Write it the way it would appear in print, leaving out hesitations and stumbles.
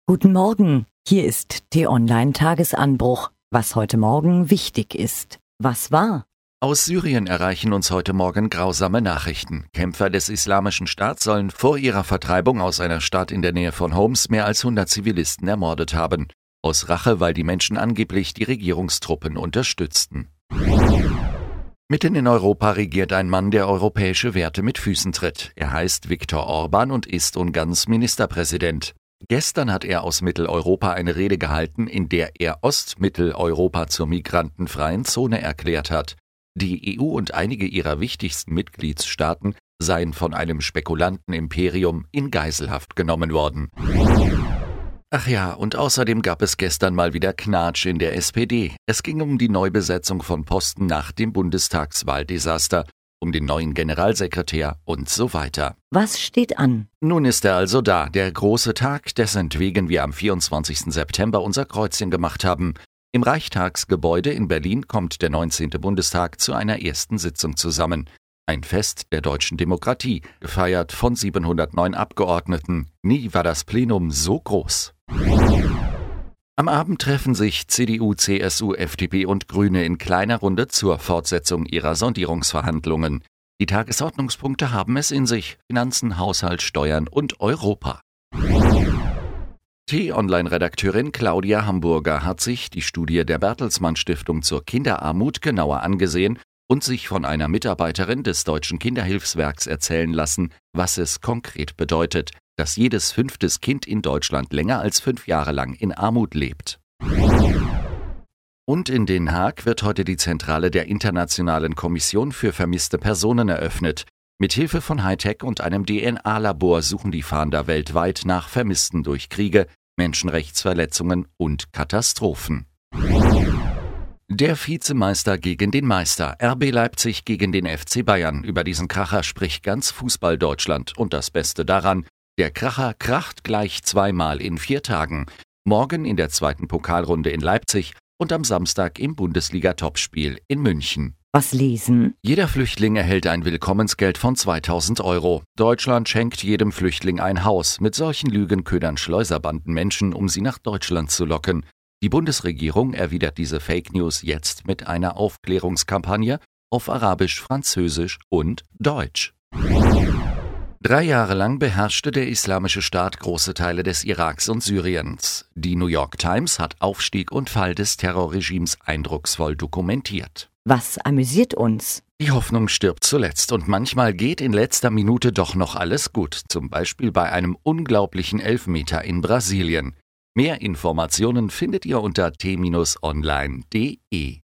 Guten Morgen, hier ist T-Online-Tagesanbruch. Was heute Morgen wichtig ist. Was war? Aus Syrien erreichen uns heute Morgen grausame Nachrichten. Kämpfer des Islamischen Staats sollen vor ihrer Vertreibung aus einer Stadt in der Nähe von Homs mehr als 100 Zivilisten ermordet haben. Aus Rache, weil die Menschen angeblich die Regierungstruppen unterstützten. Mitten in Europa regiert ein Mann, der europäische Werte mit Füßen tritt. Er heißt Viktor Orbán und ist Ungarns Ministerpräsident. Gestern hat er aus Mitteleuropa eine Rede gehalten, in der er Ostmitteleuropa zur migrantenfreien Zone erklärt hat. Die EU und einige ihrer wichtigsten Mitgliedsstaaten seien von einem Spekulantenimperium in Geiselhaft genommen worden. Ach ja, und außerdem gab es gestern mal wieder Knatsch in der SPD. Es ging um die Neubesetzung von Posten nach dem Bundestagswahldesaster, um den neuen Generalsekretär und so weiter. Was steht an? Nun ist er also da, der große Tag, deswegen wir am 24. September unser Kreuzchen gemacht haben. Im Reichstagsgebäude in Berlin kommt der 19. Bundestag zu einer ersten Sitzung zusammen. Ein Fest der deutschen Demokratie, gefeiert von 709 Abgeordneten. Nie war das Plenum so groß. Am Abend treffen sich CDU, CSU, FDP und Grüne in kleiner Runde zur Fortsetzung ihrer Sondierungsverhandlungen. Die Tagesordnungspunkte haben es in sich: Finanzen, Haushalt, Steuern und Europa. T-Online-Redakteurin Claudia Hamburger hat sich die Studie der Bertelsmann Stiftung zur Kinderarmut genauer angesehen und sich von einer Mitarbeiterin des Deutschen Kinderhilfswerks erzählen lassen, was es konkret bedeutet, dass jedes 5. Kind in Deutschland länger als 5 Jahre lang in Armut lebt. Und in Den Haag wird heute die Zentrale der Internationalen Kommission für vermisste Personen eröffnet. Mithilfe von Hightech und einem DNA-Labor suchen die Fahnder weltweit nach Vermissten durch Kriege, Menschenrechtsverletzungen und Katastrophen. Der Vizemeister gegen den Meister. RB Leipzig gegen den FC Bayern. Über diesen Kracher spricht ganz Fußball-Deutschland. Und das Beste daran: der Kracher kracht gleich 2-mal in 4 Tagen. Morgen in der zweiten Pokalrunde in Leipzig und am Samstag im Bundesliga-Topspiel in München. Was lesen? Jeder Flüchtling erhält ein Willkommensgeld von 2.000 €. Deutschland schenkt jedem Flüchtling ein Haus. Mit solchen Lügen ködern Schleuserbanden Menschen, um sie nach Deutschland zu locken. Die Bundesregierung erwidert diese Fake News jetzt mit einer Aufklärungskampagne auf Arabisch, Französisch und Deutsch. 3 Jahre lang beherrschte der Islamische Staat große Teile des Iraks und Syriens. Die New York Times hat Aufstieg und Fall des Terrorregimes eindrucksvoll dokumentiert. Was amüsiert uns? Die Hoffnung stirbt zuletzt und manchmal geht in letzter Minute doch noch alles gut. Zum Beispiel bei einem unglaublichen Elfmeter in Brasilien. Mehr Informationen findet ihr unter t-online.de.